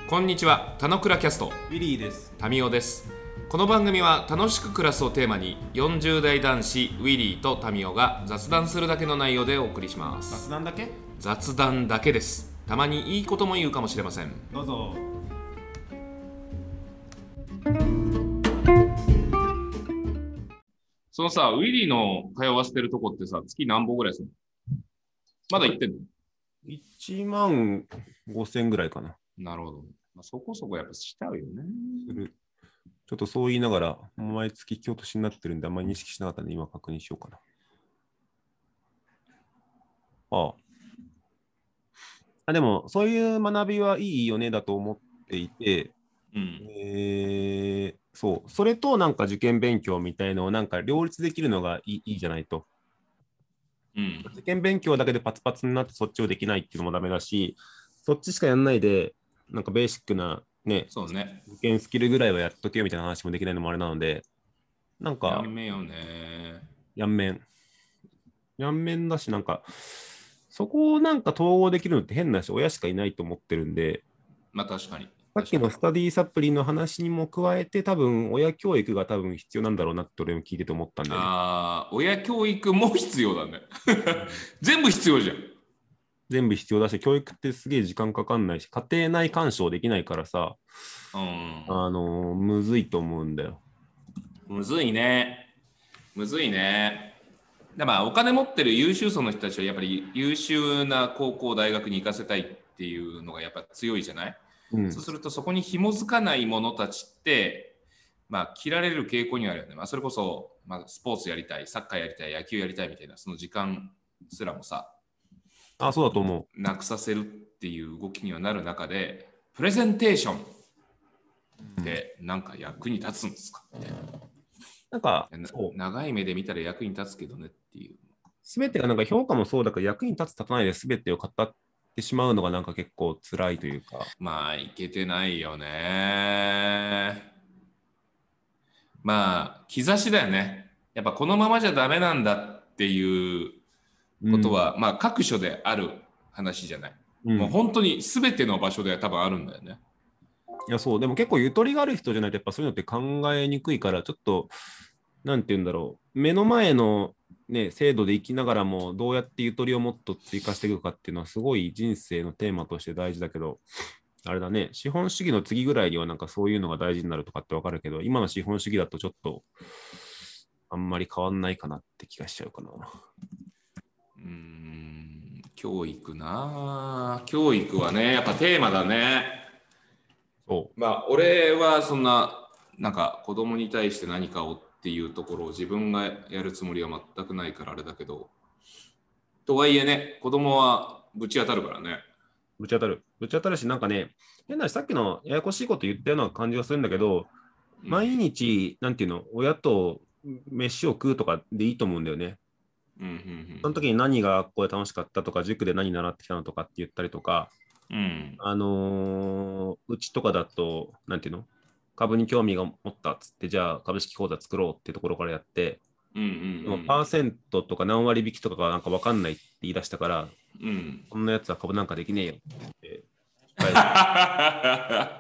こんにちは、たのくらキャストウィリーです。 タミオです。この番組は楽しく暮らすをテーマに40代男子ウィリーとタミオが雑談するだけの内容でお送りします。 雑談だけ？ 雑談だけです。たまにいいことも言うかもしれません。 どうぞ。 そのさ、ウィリーの通わせてるとこってさ、月何本ぐらいするの？まだ行ってんの 1万5千ぐらいかな。 なるほど。そこそこやっぱしちゃうよね。 ちょっとそう言いながら、毎月京都市になってるんで、あんまり認識しなかったんで、今確認しようかな。でも、そういう学びはいいよねだと思っていて、そう、それとなんか受験勉強みたいのをなんか両立できるのがいいじゃないと。受験勉強だけでパツパツになってそっちをできないっていうのもダメだし、そっちしかやんないで、なんかベーシックなね、 そうね。 受験スキルぐらいはやっとけよみたいな話もできないのもあれなので、なんか、 やんめよね。 やんめんだし、なんか、そこをなんか統合できるのって変なし、親しかいないと思ってるんで、 まあ確かに。 さっきのスタディサプリの話にも加えて、多分親教育が多分必要なんだろうなって俺も聞いてて思ったんで、ね。 親教育も必要だね。全部必要じゃん。 全部必要だし、教育ってすげえ時間かかんないし、家庭内干渉できないからさ、むずいと思うんだよ。 むずいね。まあお金持ってる優秀層の人たちはやっぱり優秀な高校大学に行かせたいっていうのがやっぱ強いじゃない、そうするとそこに紐づかない者たちってまあ切られる傾向にあるよね。まあそれこそ、まあ、スポーツやりたい、サッカーやりたい、野球やりたいみたいなその時間すらもさ、 そうだと思う。なくさせるっていう動きにはなる中で、プレゼンテーションってなんか役に立つんですかみたいな。 なんか長い目で見たら役に立つけどねっていう。 すべてがなんか評価もそうだから役に立つ立たないですべてを語ってしまうのがなんか結構辛いというか。 まあいけてないよね。まあ兆しだよね。やっぱこのままじゃダメなんだっていうことは、まあ各所である話じゃない。もう本当に全ての場所では多分あるんだよね。 いやそうでも結構ゆとりがある人じゃないとやっぱそういうのって考えにくいからちょっとなんて言うんだろう目の前のね制度で生きながらもどうやってゆとりをもっと追加していくかっていうのはすごい人生のテーマとして大事だけどあれだね資本主義の次ぐらいにはなんかそういうのが大事になるとかってわかるけど今の資本主義だとちょっとあんまり変わんないかなって気がしちゃうかな。 教育な。教育はねやっぱテーマだね。まあ俺はそんななんか子供に対して何かをっていうところを自分がやるつもりは全くないからあれだけど、とはいえね子供はぶち当たるからね。 ぶち当たるしなんかね変なさっきのややこしいこと言ったような感じがするんだけど、毎日なんていうの親と飯を食うとかでいいと思うんだよね。その時に何が学校で楽しかったとか、塾で何習ってきたのとかって言ったりとか、うちとかだと、なんていうの株に興味が持ったっつって、じゃあ株式口座作ろうってところからやって、でもパーセントとか何割引きとかがなんか分かんないって言い出したから、こんなやつは株なんかできねえよって言って。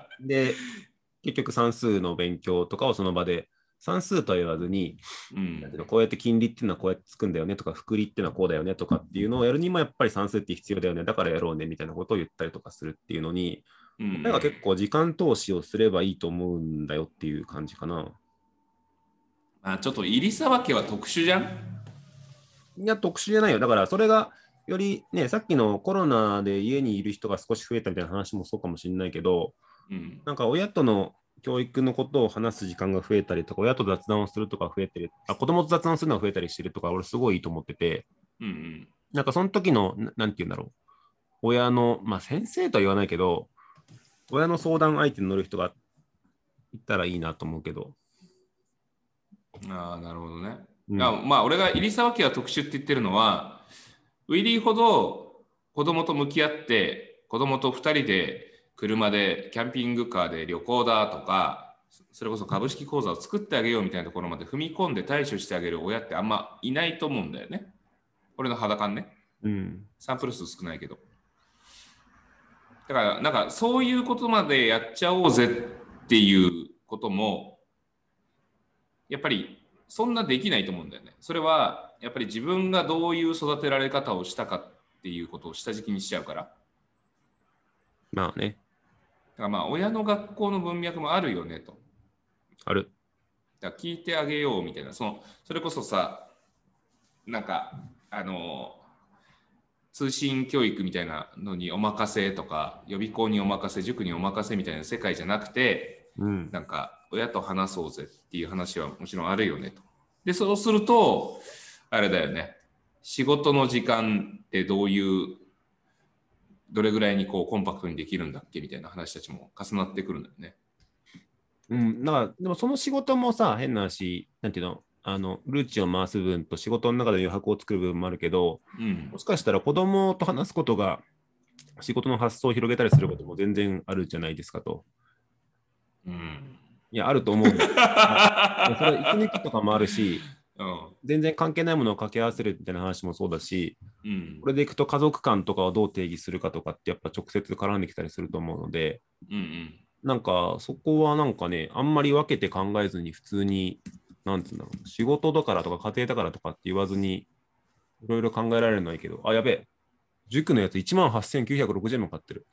で、結局算数の勉強とかをその場で、算数とは言わずに、こうやって金利っていうのはこうやってつくんだよねとか、複利っていうのはこうだよねとかっていうのをやるにもやっぱり算数って必要だよね、だからやろうねみたいなことを言ったりとかするっていうのに、親が結構時間投資をすればいいと思うんだよっていう感じかな。 ちょっと入沢家は特殊じゃん？ いや、特殊じゃないよ。だからそれがよりね、さっきのコロナで家にいる人が少し増えたみたいな話もそうかもしれないけど、なんか親との教育のことを話す時間が増えたりとか、親と雑談をするとか増えてる、子供と雑談するのが増えたりしてるとか、俺すごいいいと思ってて、なんかその時の、なんて言うんだろう、親の、まあ先生とは言わないけど、親の相談相手に乗る人がいたらいいなと思うけど。 なるほどね。まあ俺が入沢家は特殊って言ってるのは、ウィリーほど子供と向き合って、子供と2人で車でキャンピングカーで旅行だとか、それこそ株式口座を作ってあげようみたいなところまで踏み込んで対処してあげる親ってあんまいないと思うんだよね。俺の肌感ね。サンプル数少ないけど。 だからなんかそういうことまでやっちゃおうぜっていうこともやっぱりそんなできないと思うんだよね。それはやっぱり自分がどういう育てられ方をしたかっていうことを下敷きにしちゃうから。 まあね。 だからまあ親の学校の文脈もあるよねと。 ある。 だから聞いてあげようみたいな、それこそさ、なんか通信教育みたいなのにお任せとか予備校にお任せ塾にお任せみたいな世界じゃなくて、なんか親と話そうぜっていう話はもちろんあるよねと。でそうするとあれだよね、仕事の時間ってどれぐらいにこうコンパクトにできるんだっけみたいな話たちも重なってくるんだよね。 だからでもその仕事もさ、変な話、なんていうの、ルーチを回す部分と仕事の中で余白を作る部分もあるけど、もしかしたら子供と話すことが仕事の発想を広げたりすることも全然あるじゃないですかと。いや、あると思うんだ。それ、息抜きとかもあるし、全然関係ないものを掛け合わせるみたいな話もそうだし、これでいくと家族間とかをどう定義するかとかってやっぱ直接絡んできたりすると思うので、なんかそこはなんかね、あんまり分けて考えずに普通に、なんつうんだろう、仕事だからとか家庭だからとかって言わずに、いろいろ考えられるのはいいけど、あ、やべえ、塾のやつ18,960円も買ってる。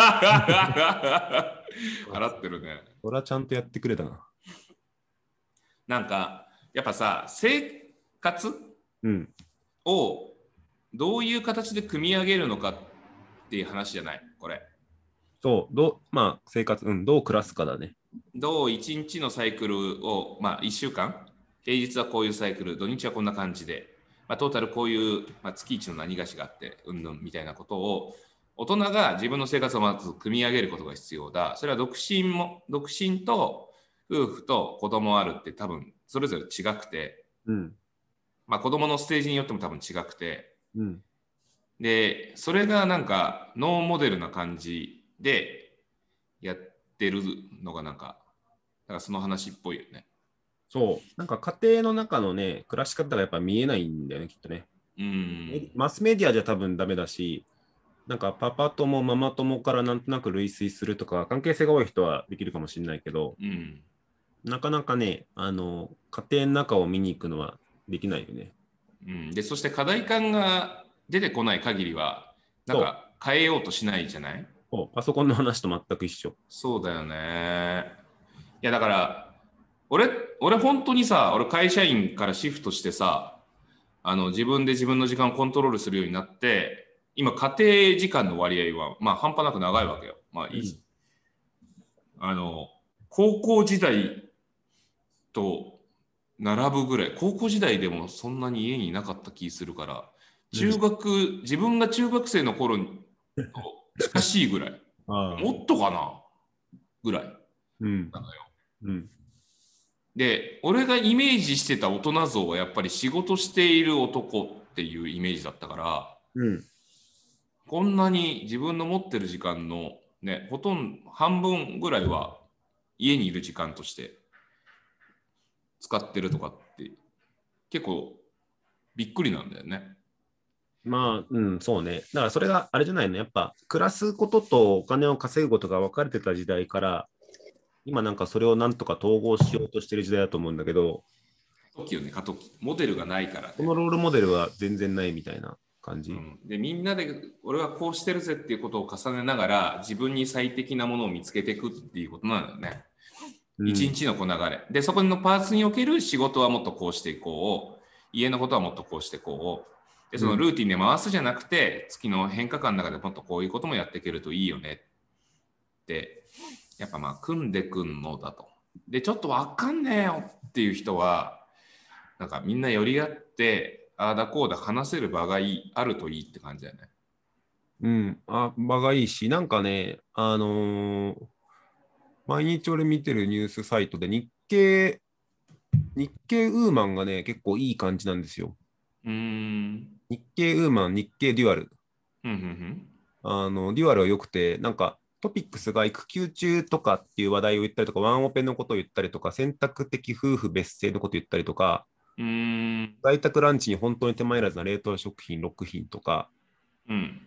払ってるね。 それはちゃんとやってくれたな。 なんか、やっぱさ、生活をどういう形で組み上げるのかっていう話じゃない、これ。 そう、まあ生活、どう暮らすかだね。 どう1日のサイクルを、まあ1週間、平日はこういうサイクル、土日はこんな感じで、まあ、トータルこういう、まあ、月一の何がしがあって、みたいなことを、大人が自分の生活をまず組み上げることが必要だ。それは独身と夫婦と子供あるって多分それぞれ違くて、まあ子供のステージによっても多分違くて、で、それがなんかノーモデルな感じでやってるのがなんか、だからその話っぽいよね。 そう。なんか家庭の中のね、暮らし方がやっぱ見えないんだよね、きっとね。マスメディアじゃ多分ダメだし、なんかパパ友、ママ友からなんとなく類推するとか、関係性が多い人はできるかもしれないけど、なかなかね、家庭の中を見に行くのはできないよね。 で、そして課題感が出てこない限りは、なんか変えようとしないじゃない？ パソコンの話と全く一緒。 そうだよね。いやだから俺本当にさ、俺会社員からシフトしてさ、自分で自分の時間をコントロールするようになって、今家庭時間の割合はまあ半端なく長いわけよ。まあいい、高校時代と並ぶぐらい、高校時代でもそんなに家にいなかった気するから、自分が中学生の頃に近しいぐらい、もっとかなぐらいなのよ。で、俺がイメージしてた大人像はやっぱり仕事している男っていうイメージだったから、こんなに自分の持ってる時間のね、ほとんど半分ぐらいは家にいる時間として使ってるとかって結構びっくりなんだよね。 まあ、そうね。だからそれがあれじゃないの。やっぱ暮らすこととお金を稼ぐことが分かれてた時代から、今なんかそれをなんとか統合しようとしてる時代だと思うんだけど、 過渡期モデルがないからね。 このロールモデルは全然ないみたいな感じ。 で、みんなで俺はこうしてるぜっていうことを重ねながら自分に最適なものを見つけていくっていうことなんだよね。一日の流れ。で、そこのパーツにおける仕事はもっとこうしていこう。家のことはもっとこうしていこう。で、そのルーティンで回すじゃなくて、月の変化感の中でもっとこういうこともやっていけるといいよねって、やっぱまあ組んでくんのだと。で、ちょっとわかんねえよっていう人は、なんかみんな寄り合って、ああだこうだ話せる場があるといいって感じだよね。 場がいいし、なんかね、毎日俺見てるニュースサイトで日経ウーマンがね、結構いい感じなんですよ。日経ウーマン、日経デュアル。デュアルは良くて、なんかトピックスが育休中とかっていう話題を言ったりとか、ワンオペのことを言ったりとか、選択的夫婦別姓のことを言ったりとか、在宅ランチに本当に手間いらずな冷凍食品6品とか、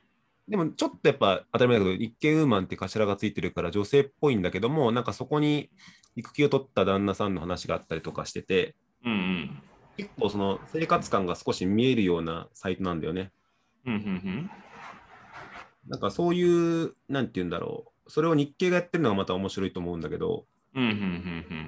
でもちょっとやっぱ当たり前だけど、日系ウーマンって頭がついてるから女性っぽいんだけども、なんかそこに育休を取った旦那さんの話があったりとかしてて、 うんうん。 結構その生活感が少し見えるようなサイトなんだよね。 うんうんうん。 なんかそういう、なんて言うんだろう。それを日系がやってるのがまた面白いと思うんだけど、 うんうんうんうん。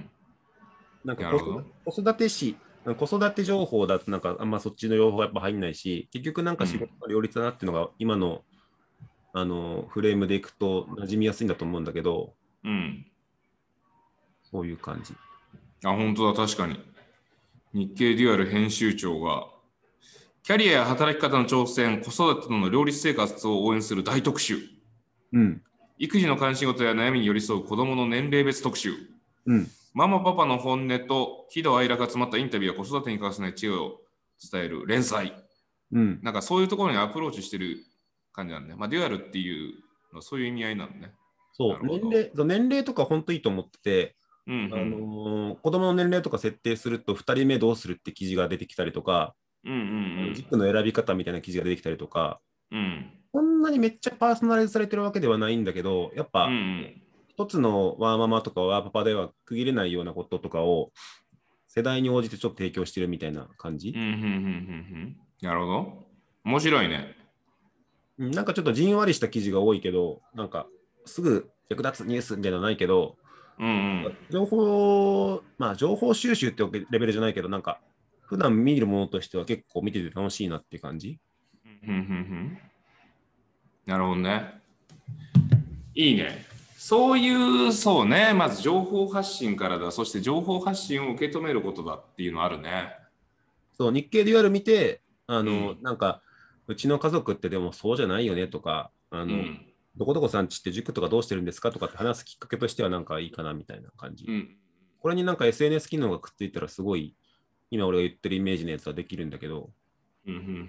なんかなるほど。 子育て子育て情報だとなんかあんまそっちの情報がやっぱ入んないし、結局なんか仕事の両立だなっていうのが今の、フレームでいくと馴染みやすいんだと思うんだけど、 うん。 そういう感じ。 あ、本当だ、確かに。日経デュアル編集長が、キャリアや働き方の挑戦、子育てとの両立生活を応援する大特集。 うん。 育児の関心事や悩みに寄り添う子どもの年齢別特集。 うん。 ママパパの本音と喜怒哀楽が詰まったインタビューや子育てに欠かせない知恵を伝える連載。 うん。 なんかそういうところにアプローチしてる感じなんね。まあ、デュアルっていうのそういう意味合いなのね。 そう、 なるほど。 年齢とか本当いいと思ってて、 うんうん子供の年齢とか設定すると2人目どうするって記事が出てきたりとか、 うんうん軸の選び方みたいな記事が出てきたりとか、 うんうんそんなにめっちゃパーソナライズされてるわけではないんだけど、やっうんうぱん一つのワーママとかワーパパでは区切れないようなこととかを世代に応じてちょっと提供してるみたいな感じ。 うんうんうんうんなるほど。面白いね。 なんかちょっとじんわりした記事が多いけど、なんかすぐ役立つニュースみたいなのないけど、 うんうん情報収集ってレベルじゃないけど、なんか普段見るものとしては結構見てて楽しいなっていう感じ。 うんうんうんなるほどね。いいね。そういう、そうね。まず情報発信からだ。そして情報発信を受け止めることだっていうのあるね。 そう、日経デュアル見て、 うん。 なんか、うちの家族ってでもそうじゃないよねとか、 うん。 どこどこさんちって塾とかどうしてるんですかとかって話すきっかけとしてはなんかいいかなみたいな感じ。 うん。 これになんか SNS 機能がくっついたらすごい、今俺が言ってるイメージのやつはできるんだけど、 うん。うん。うん。うん。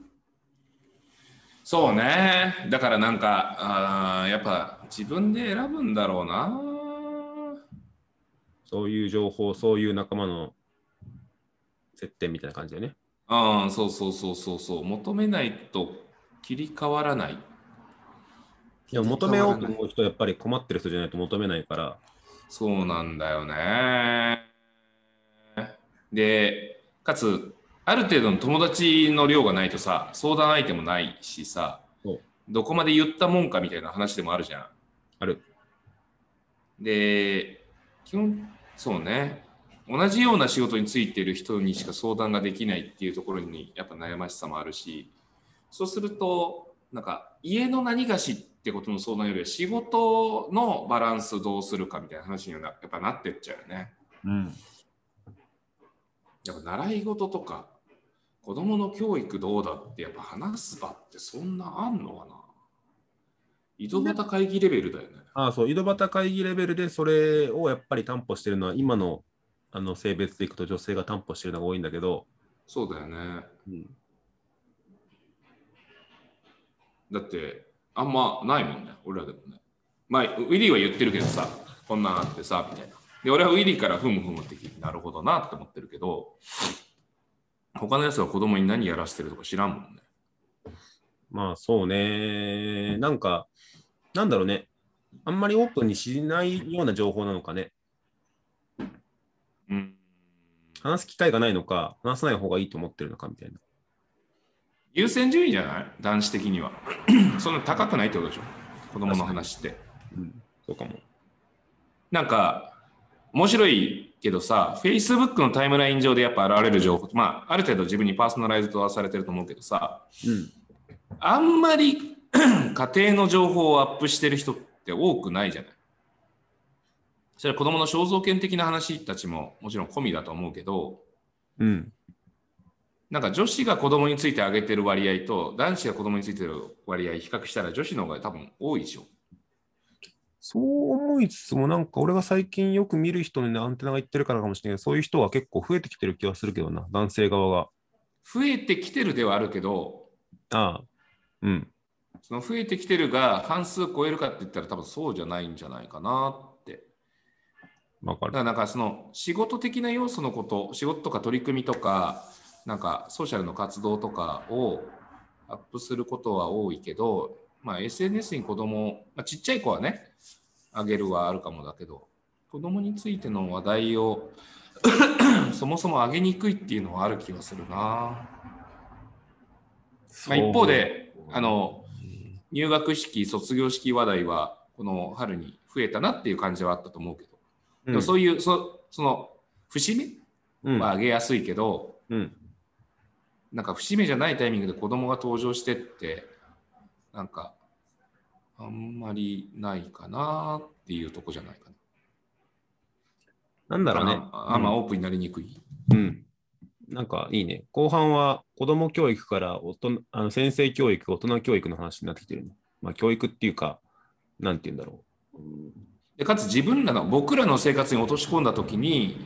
そうね。だからなんか、やっぱ自分で選ぶんだろうな。 そういう情報、そういう仲間の接点みたいな感じだよね。 うん、そうそうそうそうそう。求めないと切り替わらない。 でも切り求めようと替わらない。 思う人はやっぱり困ってる人じゃないと求めないから、 そうなんだよね。で、かつ、ある程度の友達の量がないとさ、相談相手もないしさ、 そうどこまで言ったもんかみたいな話でもあるじゃある。 ん。で、基本、そうね、同じような仕事についてる人にしか相談ができないっていうところにやっぱ悩ましさもあるし、そうすると、なんか家の何がしってことの相談よりは仕事のバランスどうするかみたいな話にはやっぱなってっちゃうよね。 うん。 やっぱ習い事とか子供の教育どうだってやっぱ話す場ってそんなあんのかな。井戸端会議レベルだよね。 そう、井戸端会議レベルでそれをやっぱり担保してるのは、今の性別でいくと女性が担保してるのが多いんだけど、 そうだよね。 うん、 だってあんまないもんね、俺らでもね。まあ、ウィリーは言ってるけどさ、こんなんあってさ、みたいな。で、俺はウィリーからふむふむって聞いて、なるほどなって思ってるけど、他のやつは子供に何やらせてるとか知らんもんね。 まあそうね、なんか、なんだろうね、あんまりオープンにしないような情報なのかね、 うん。 話す機会がないのか、話さない方がいいと思ってるのかみたいな。 優先順位じゃない男子的には。そんな高くないってことでしょ子供の話って。 うん、そうかも。 なんか、面白いけどさ、Facebook のタイムライン上でやっぱ現れる情報、まあ、ある程度自分にパーソナライズとはされてると思うけどさ、 うん。 あんまり家庭の情報をアップしてる人って多くないじゃない。それは子供の肖像権的な話たちももちろん込みだと思うけど、 うん。 なんか女子が子供についてあげてる割合と男子が子供についてる割合比較したら女子の方が多分多いでしょ。 そう思いつつも、なんか俺が最近よく見る人に、ね、アンテナが言ってるからかもしれないけど、そういう人は結構増えてきてる気がするけどな、男性側が。 増えてきてるではあるけど、 ああ、うん。 その増えてきてるが半数超えるかって言ったら多分そうじゃないんじゃないかなって。 わかる。 だからなんかその仕事的な要素のこと、仕事とか取り組みとか、なんかソーシャルの活動とかをアップすることは多いけど、SNS に子供、ちっちゃい子はね、あげるはあるかもだけど、子供についての話題をそもそも上げにくいっていうのはある気がするな。一方で入学式卒業式話題はこの春に増えたなっていう感じはあったと思うけど、でもそういうその節目は上げやすいけど、なんか節目じゃないタイミングで子供が登場してってなんかあんまりないかなっていうとこじゃないかな。なんだろうね。 オープンになりにくい。 なんかいいね。後半は子供教育から先生教育、大人教育の話になってきてるね。教育っていうか、なんて言うんだろう。 でかつ僕らの生活に落とし込んだときに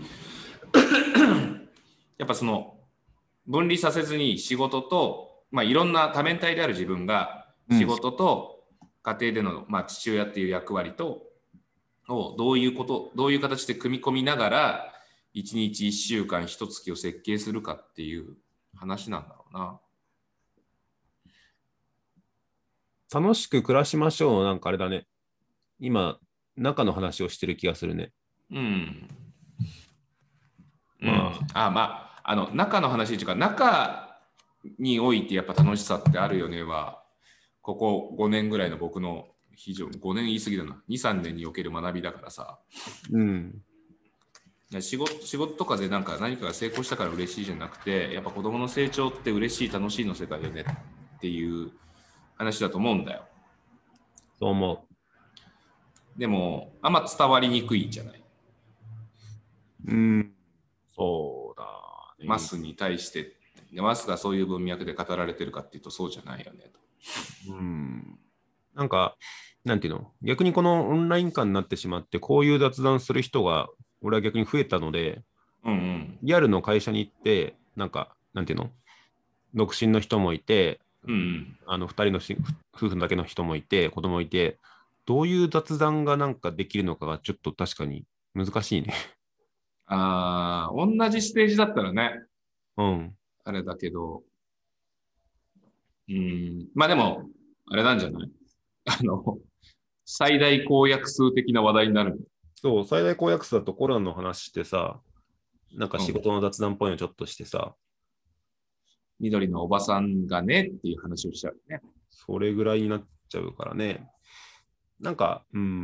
やっぱその分離させずに仕事と、いろんな多面体である自分が仕事と家庭での、父親っていう役割とをどういう形で組み込みながら1日1週間1月を設計するかっていう話なんだろうな。 楽しく暮らしましょう。なんかあれだね。今、中の話をしてる気がするね。 中の話というか、中においてやっぱ楽しさってあるよねは、ここ5年ぐらいの僕の非常に5年言い過ぎだな、2、3年における学びだからさ。仕事とかで何かが成功したから嬉しいじゃなくて、やっぱ子供の成長って嬉しい楽しいの世界よねっていう話だと思うんだよ。 そう思う。 でもあんま伝わりにくいじゃない。 そうだね。マスに対してマスがそういう文脈で語られてるかっていうとそうじゃないよねと。 なんかなんていうの、逆にこのオンライン化になってしまってこういう雑談する人が俺は逆に増えたので、リアルの会社に行ってなんていうの、独身の人もいて、2人の夫婦だけの人もいて子供いて、どういう雑談がなんかできるのかがちょっと確かに難しいね。 同じステージだったらね、あれだけど、でもあれなんじゃない？最大公約数的な話題になる。 そう、最大公約数だとコロナの話してさ、なんか仕事の雑談っぽいのちょっとしてさ、 緑のおばさんがねっていう話をしちゃうね。 それぐらいになっちゃうからね。なんか、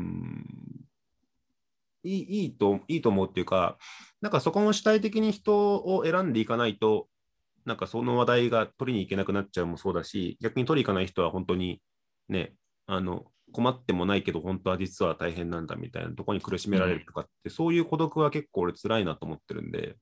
いいと思うっていうか、なんかそこも主体的に人を選んでいかないと、なんかその話題が取りに行けなくなっちゃうもそうだし、逆に取りに行かない人は本当にね、困ってもないけど本当は実は大変なんだみたいなところに苦しめられるとかって、そういう孤独は結構俺辛いなと思ってるんで。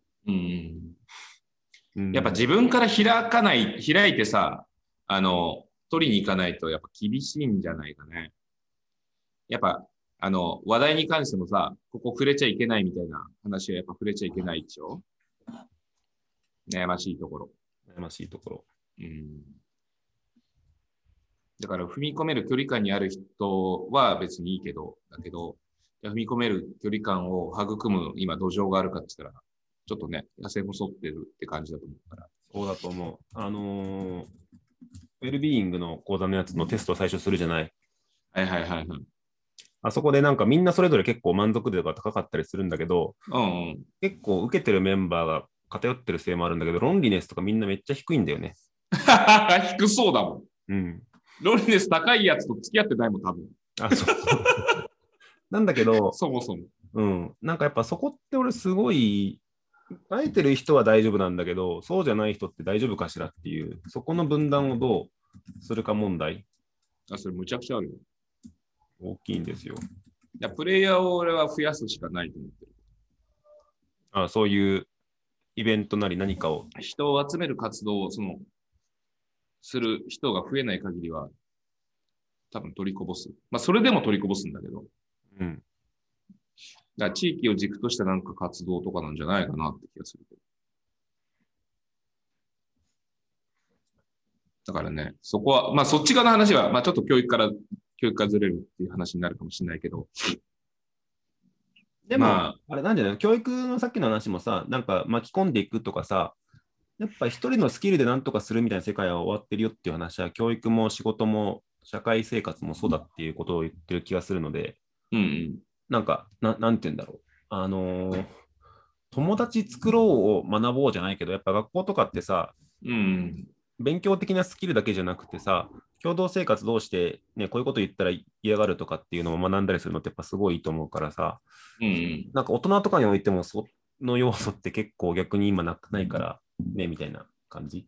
やっぱ自分から開いてさ、取りに行かないとやっぱ厳しいんじゃないかね。やっぱ話題に関してもさ、ここ触れちゃいけないみたいな話はやっぱ触れちゃいけないでしょ。悩ましいところ。だから踏み込める距離感にある人は別にいいけど、踏み込める距離感を育む今土壌があるかって言ったら、ちょっとね、痩せ細ってるって感じだと思うから。 そうだと思う。ウェルビーイングの講座のやつのテストを最初するじゃない。あそこでなんかみんなそれぞれ結構満足度が高かったりするんだけど、結構受けてるメンバーが偏ってるせいもあるんだけど、ロンリネスとかみんなめっちゃ低いんだよね。 低そうだもん。ロンリネス高いやつと付き合ってないもん、多分。 そうなんだけど、 そもそも。 なんかやっぱそこって俺すごい、耐えてる人は大丈夫なんだけど、そうじゃない人って大丈夫かしらっていう、そこの分断をどうするか問題。 それむちゃくちゃあるよ。 大きいんですよ。 プレイヤーを俺は増やすしかないと思ってる。そういうイベントなり何かを。 人を集める活動をする人が増えない限りは、多分取りこぼす。それでも取りこぼすんだけど。だから地域を軸としたなんか活動とかなんじゃないかなって気がするけど。だからね、そこは、そっち側の話は、ちょっと教育からずれるっていう話になるかもしれないけど。 でも、あれなんじゃないの？教育のさっきの話もさ、なんか巻き込んでいくとかさ、 やっぱ一人のスキルで何とかするみたいな世界は終わってるよっていう話は、教育も仕事も社会生活もそうだっていうことを言ってる気がするので、なんか、なんて言うんだろう。友達作ろうを学ぼうじゃないけど、やっぱ学校とかってさ、勉強的なスキルだけじゃなくてさ、共同生活どうして、ね、こういうこと言ったら嫌がるとかっていうのも学んだりするのってやっぱすごいいいと思うからさ、なんか大人とかにおいてもその要素って結構逆に今ないからね、みたいな感じ。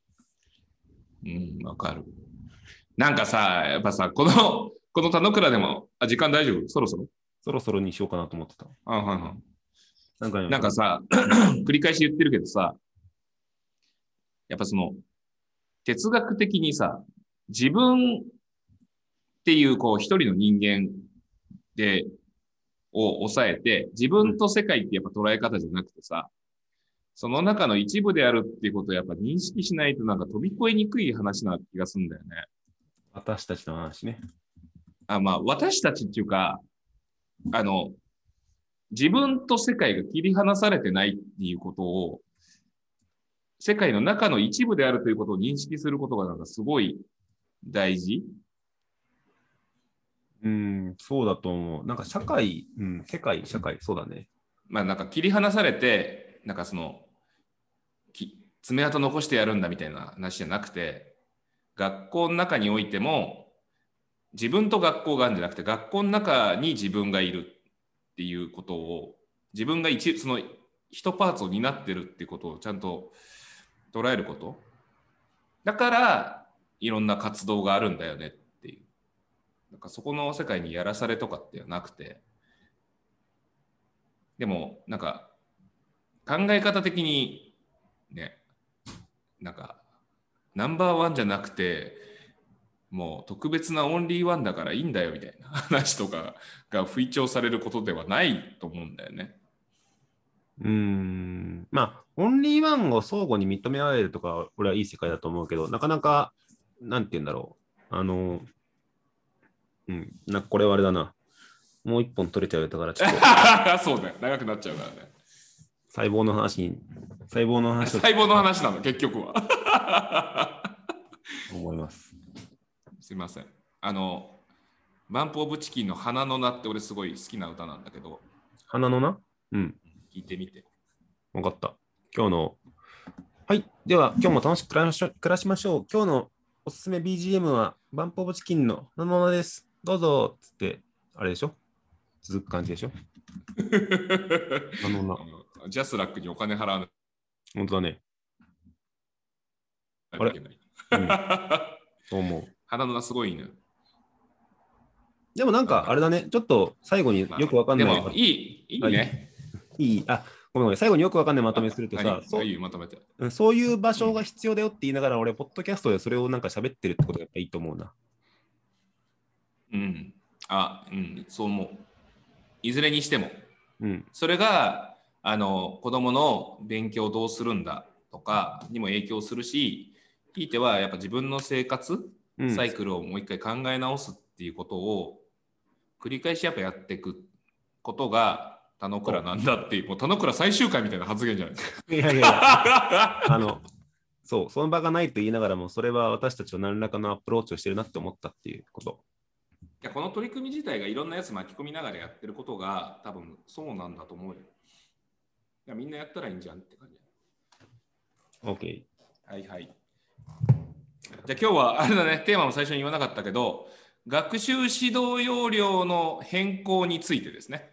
わかる。なんかさ、やっぱさ、この田之倉でも、時間大丈夫？そろそろにしようかなと思ってた。 なんかさ、繰り返し言ってるけどさ、やっぱその、哲学的にさ、自分っていうこう一人の人間を抑えて、自分と世界ってやっぱ捉え方じゃなくてさ、その中の一部であるっていうことをやっぱ認識しないとなんか飛び越えにくい話な気がするんだよね。 私たちの話ね。 まあ私たちっていうか、自分と世界が切り離されてないっていうことを、世界の中の一部であるということを認識することがなんかすごい大事。 そうだと思う。なんか社会、世界、そうだね。 まあなんか切り離されて、なんかその、爪痕残してやるんだみたいな話じゃなくて、学校の中においても、自分と学校があるんじゃなくて、学校の中に自分がいるっていうことを、自分がその一パーツを担ってるっていうことをちゃんと捉えること。だから、いろんな活動があるんだよねっていう。なんかそこの世界にやらされとかってはなくて、でも、なんか、考え方的に、ね、なんか、ナンバーワンじゃなくて、もう特別なオンリーワンだからいいんだよみたいな話とかが吹聴されることではないと思うんだよね。 まあ、オンリーワンを相互に認められるとか、俺はいい世界だと思うけど、なかなか、なんて言うんだろう。なんかこれはあれだな。もう一本取れちゃうから、ちょっと。そうだよ。長くなっちゃうからね。 細胞の話なの、結局は。 思います。 すいません。バンプオブチキンの花の名って俺すごい好きな歌なんだけど。 花の名？ 聞いてみて。 分かった。今日の。はい。では、今日も楽しく暮らしましょう。今日のおすすめ BGM はバンプオブチキンの花の名です。どうぞつって、あれでしょ？続く感じでしょ？花の名。ジャスラックにお金払わない。 本当だね。 あれ？ そう思う。 花の名すごいね。 でもなんかあれだね、ちょっと最後によくわかんない。 でもいいね。 ごめん、最後によくわかんないまとめするとさ、そういう場所が必要だよって言いながら、俺、ポッドキャストでそれをなんか喋ってるってことがやっぱいいと思うな。 そう思う。いずれにしても。それが、子供の勉強をどうするんだとかにも影響するし、ひいてはやっぱ自分の生活、サイクルをもう一回考え直すっていうことを繰り返しやっぱやっていくことが田之倉なんだっていう、もう田之倉最終回みたいな発言じゃないですか。いやその場がないと言いながらも、それは私たちは何らかのアプローチをしてるなって思ったっていうこと。 いや、この取り組み自体がいろんなやつ巻き込みながらやってることが多分そうなんだと思うよ。いや、みんなやったらいいんじゃんって感じ。 OK。 はいはい。じゃあ今日はあれだね、テーマも最初に言わなかったけど、学習指導要領の変更についてですね。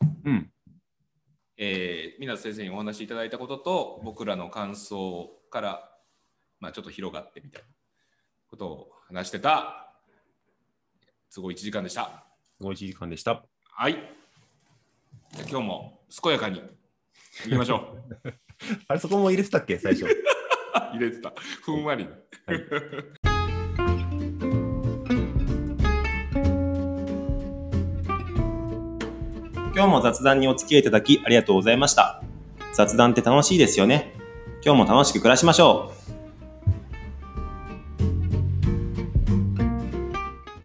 湊先生にお話しいただいたことと、僕らの感想から、ちょっと広がってみたいなことを話してた、都合1時間でした。 都合1時間でした。 はい。じゃあ今日も健やかにいきましょう。 あれ、そこも入れてたっけ、最初。 入れてた。ふんわり。はい今日も雑談にお付き合いいただきありがとうございました。雑談って楽しいですよね。今日も楽しく暮らしましょう。